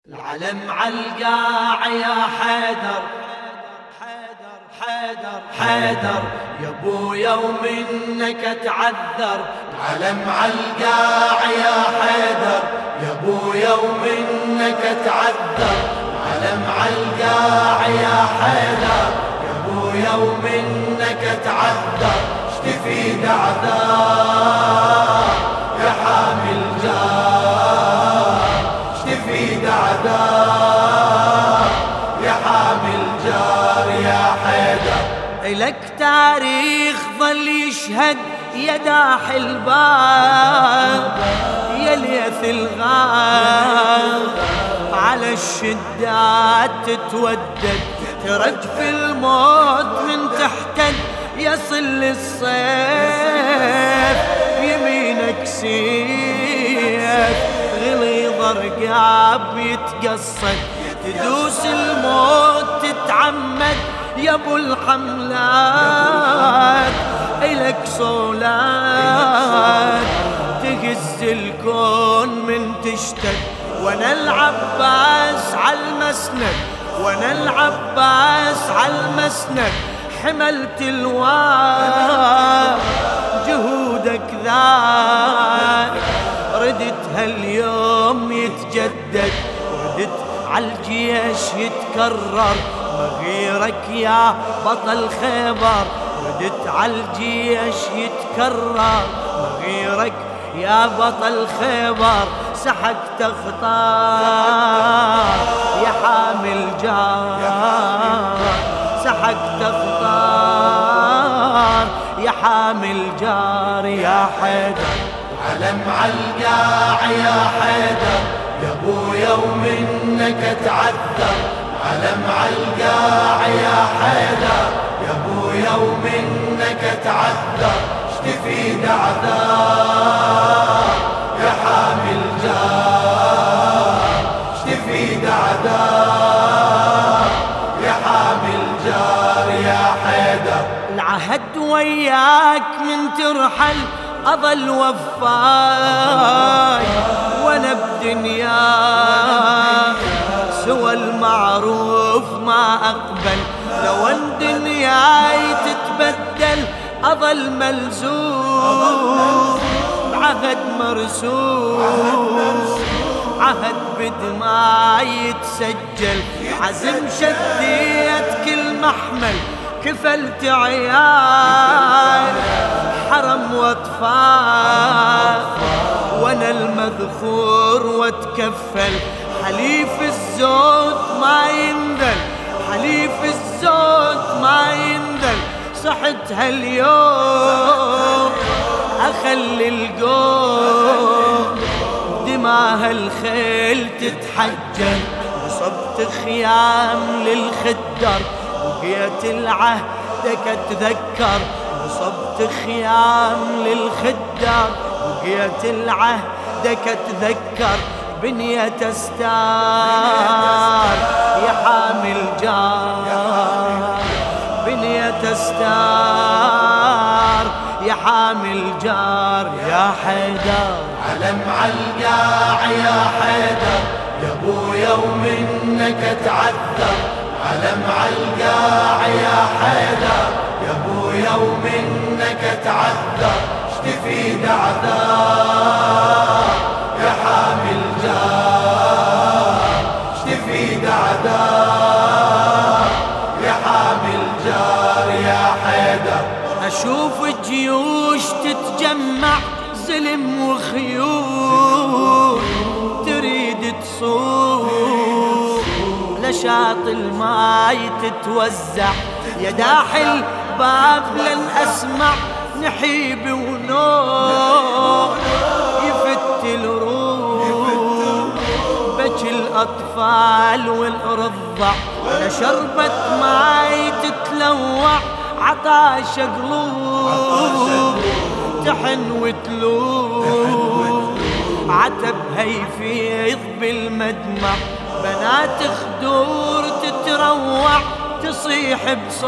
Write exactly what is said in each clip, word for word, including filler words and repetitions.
العلم عالقاع يا حيدر حيدر حيدر حيدر يا ابويا ومنك اتعذر. العلم عالقاع يا حيدر يا ابويا ومنك اتعذر. العلم عالقاع يا حيدر يا ابويا ومنك اتعذر. اشتفيد اعذار يا حامل جار، اشتفيد اعذار يا حامل جار يا حيدر. إلك تاريخ ظل يشهد يا داح الباب يا ليث الغاب، على الشدات تتودد ترجف الموت من تحتد، يصل الصيف يمينك سيف غليظ رقاب يتقصد، تدوس الموت تتعمد يا ابو الحملات. إلك صولات تهز الكون من تشتد، وانا العباس عالمسند وانا العباس عالمسند. حملت الواد جهودك ذاك، ردت هاليوم يتجدد، ردت عالجيش يتكرر مغيرك يا بطل خيبر. ردت عالجيش يتكرر مغيرك يا بطل خيبر. سحقت اخطار يا حامل جار، سحقت اخطار يا حامل جار يا حيدر. علم عالقاع يا حيدر يا ابويا ومنك اتعذر. علم عالقاع يا حيدر يا ابويا ومنك اتعذر. اشتفيد اعذار يا حامل جار، اشتفيد اعذار يا حامل جار يا حيدر. العهد وياك من ترحل أظل وفاي، وانا بدنياك سوى المعروف ما أقبل. لو ان دنياي تتبدل أظل ملزوم بعهد مرسوم، عهد بدماء يتسجل. عزم شديت كل محمل كفلت عيال حرم واطفال، وانا المذخور واتكفل. حليف الزود ما ينذل، حليف الزود ما ينذل. صحت هاليوم اخلي القوم دماها الخيل تتحجل. وصبت خيام للخدر بقيت العهدك اتذكر. وصبت خيام للخدر بقيت العهدك اتذكر. بنية استار يا حامل جار، بنية استار يا حامل جار يا حيدر. علم عالقاع يا حيدر يا ابويا ومنك اتعذر. علم عالقاع يا حيدر يا ابويا ومنك اتعذر. اشتفيد اعذار يا حامل جار، اشتفيد اعذار يا حامل جار يا حيدر. أشوف جيوش تتجمع زلم وخيول تريد تصور، لشاط الماي تتوزع يا داحل باب لن أسمع نحيب ونور يفت الروح. بك الأطفال والرضع ولا شربت ماي تتلوع عطاش قلوب تحن وتلوح. عتبها يفيض بالمدمع بنات خدور تتروع تصيح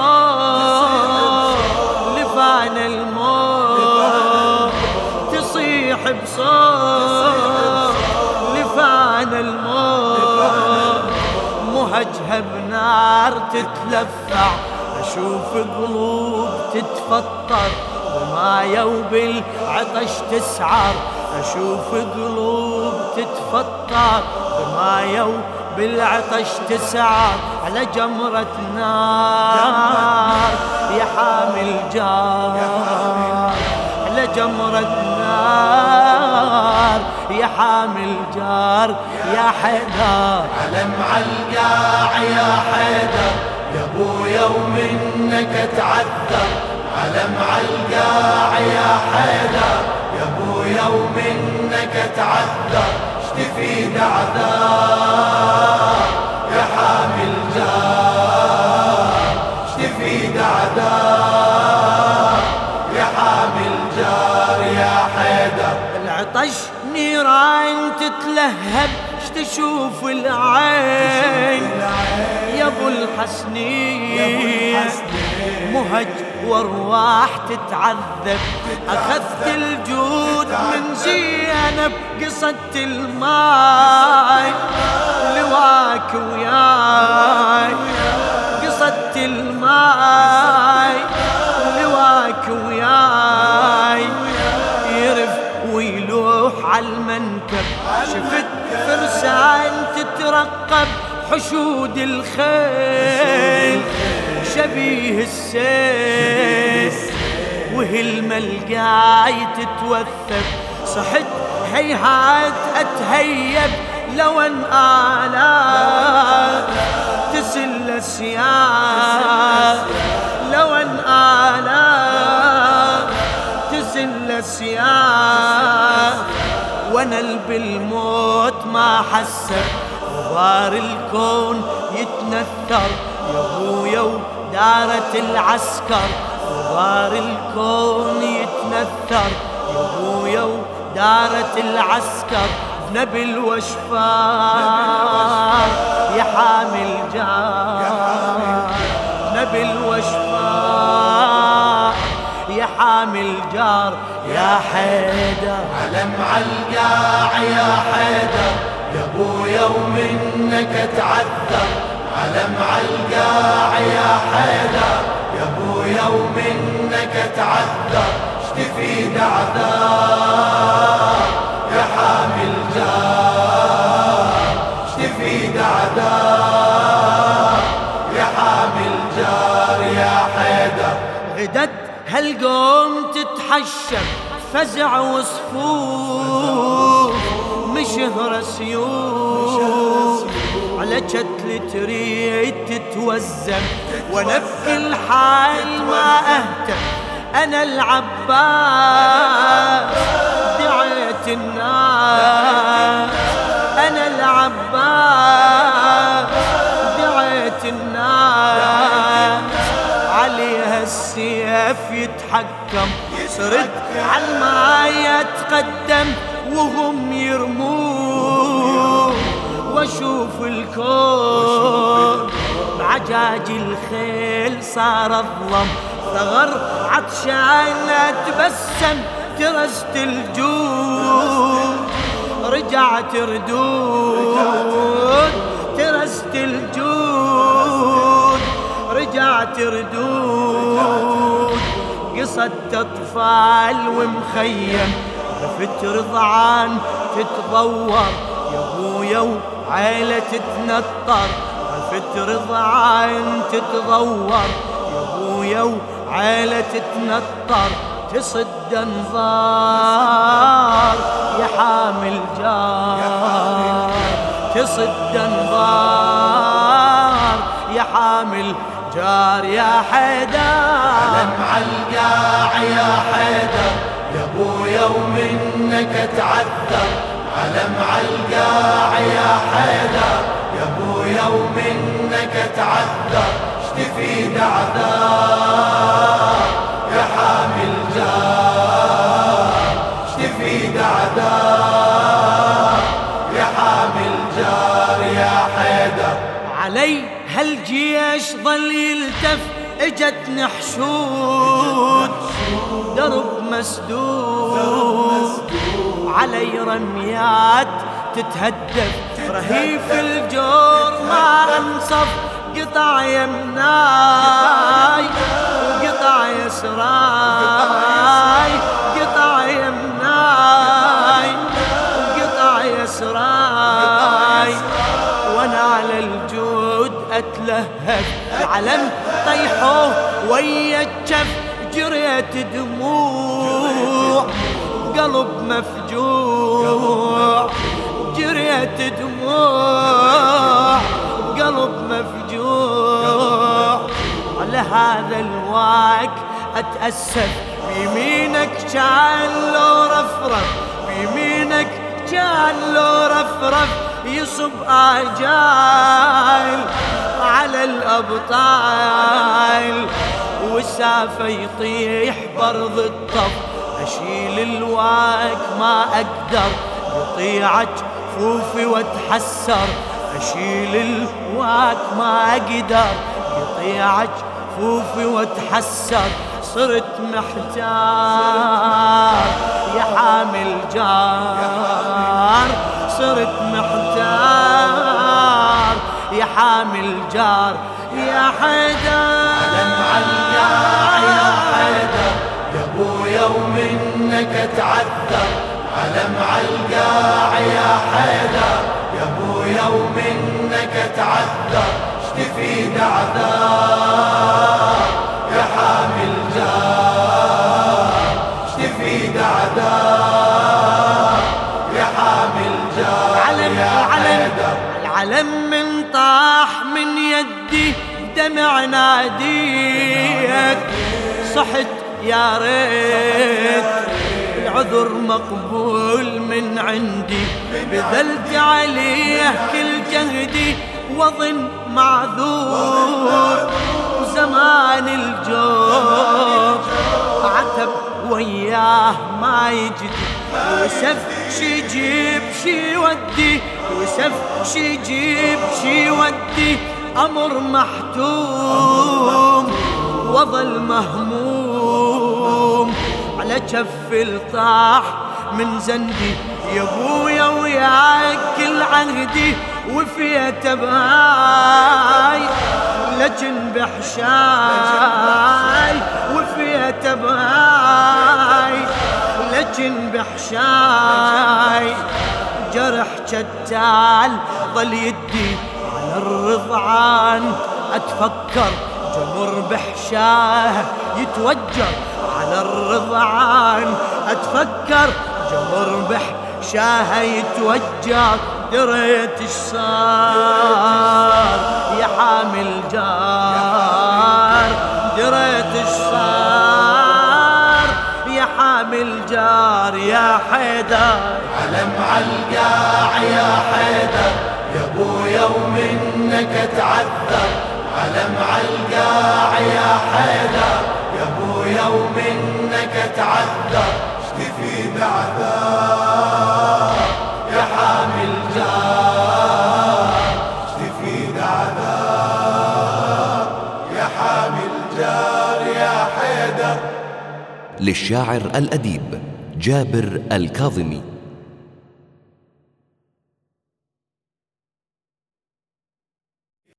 بصوت لفان الموت، تصيح بصوت لفان الموت. وهجها بنار تتلفع، أشوف قلوب تتفطر ومايا وبالعطش تسعر، أشوف قلوب تتفطر ومايا وبالعطش تسعر، على جمرة نار يا حامل جار، على جمرة نار يا حامل جار يا حيدر. علم عالقاع يا حيدر يا ابويا ومنك اتعذر، علم عالقاع يا حيدر يا ابويا ومنك اتعذر، اشتفيد اعذار يا حامل جار، اشتفيد اعذار يا حامل جار يا حيدر. العطش نيران تتلهب تشوف العين يا ابو الحسنين، مهج وارواح تتعذب، اخذت الجود من زينب قصدت الماي لواك وياي، قصدت الماي لواك وياي، يرف ويلوح عالمنكب، شفت فرسان تترقب حشود الخيل شبيه السيف، وهي الملقاي تتوثب، صحت هيهات اتهيب لو ان آلاف تسل السياف، لو ان آلاف تسل السياف، وانا بالموت ما حسب، غبار الكون يتنثر يا ابويا ودارة العسكر، غبار الكون يتنثر يا ابويا ودارة العسكر، نبل وشفار يا حامل جار، نبل وشفار يا حامل جار يا حيدر. علم عالقاع يا حيدر يا ابويا ومنك اتعذر، علم عالقاع يا حيدر يا ابويا ومنك اتعذر، اشتفيد اعذار يا حامل جار، اشتفيد اعذار يا حامل جار يا حيدر. غدت هالقوم تتحشم فزع وصفوف، مشهر سيوف على جتل تريد تتوزم، وانا بكل حال ما اهتم، انا العباس دعيت الناس، انا العباس دعيت الناس، عليها السيف يتحكم، صرت عالما يتقدم وهم يرمون، واشوف الكون بعجاج الخيل صار الظلم، ثغر عطشان اتبسم ترست الجود، رجعت ردود ترست الجود، رجعت ردود، قصة اطفال ومخيم لفت رضعان تتضور يا ابويا وعيلة تتنطر، لفت رضعان تتضور يا ابويا وعيلة تتنطر، تصد انظار يا حامل جار، تصد انظار يا حامل جار يا حيدر. علم عالقاع يا حيدر يا ابويا ومنك اتعذر، علم عالقاع يا حيدر يا ابويا ومنك اتعذر، اشتفيد اعذار يا حامل جار، اشتفيد اعذار يا حامل جار يا حيدر. علي هالجيش ظل يلتف اجتني حشود، درب مسدود علي رميات تتهدف، رهيف الجور ما انصف قطع يمناي وقطع يسراي قطع يمناي وقطع يسراي وانا على الجود اتلهف العلم طيحوه ويا الجف جريت دموع قلب مفجوع جريت دموع قلب مفجوع على هذا الواك اتأسف بيمينك كان لو رفرف بيمينك كان لو رفرف يصب آجال على الأبطال والسافة يطيح برض الطف أشيل الواك ما أقدر يطيع جفوفي واتحسر أشيل الواك ما أقدر يطيع جفوفي واتحسر صرت محتار يا حامل جار صرت محتار يا حامل جار يا حيدر علم عالقاع يا حيدر يا ابويا ومنك اتعذر علم عالقاع يا حيدر يا ابويا ومنك اتعذر اشتفيد اعذار يا حامل جار اشتفيد اعذار يا حامل جار العلم العلم العلم من طاح من يدي دمع ناديك صحت يا ريت العذر مقبول من عندي بذلت عليه كل جهدي وظن معذور وزمان الجور عتب وياه ما يجدي وسف شي جيب شي ودي وسف شي جيب شي ودي أمر محتوم وظل مهموم على جف الطاح من زندي يا ابويا وياك كل عهدي وفيت بهاي لجن بحشاي وفيت بهاي لجن بحشاي جرح شتال ظل يدي على الرضعان أتفكر جمر بحشاه يتوجر على الرضعان أتفكر جمر بحشاه يتوجر دريت ايش صار يا حامل جار دريت ايش صار يا حامل جار يا حيدر علم عالقاع يا حيدر يا ابويا ومنك اتعذر علم عالقاع يا حيدر يا ابويا ومنك اتعذر اشتفيد اعذار يا حامل جار اشتفيد اعذار يا حامل جار يا حيدر. للشاعر الأديب جابر الكاظمي.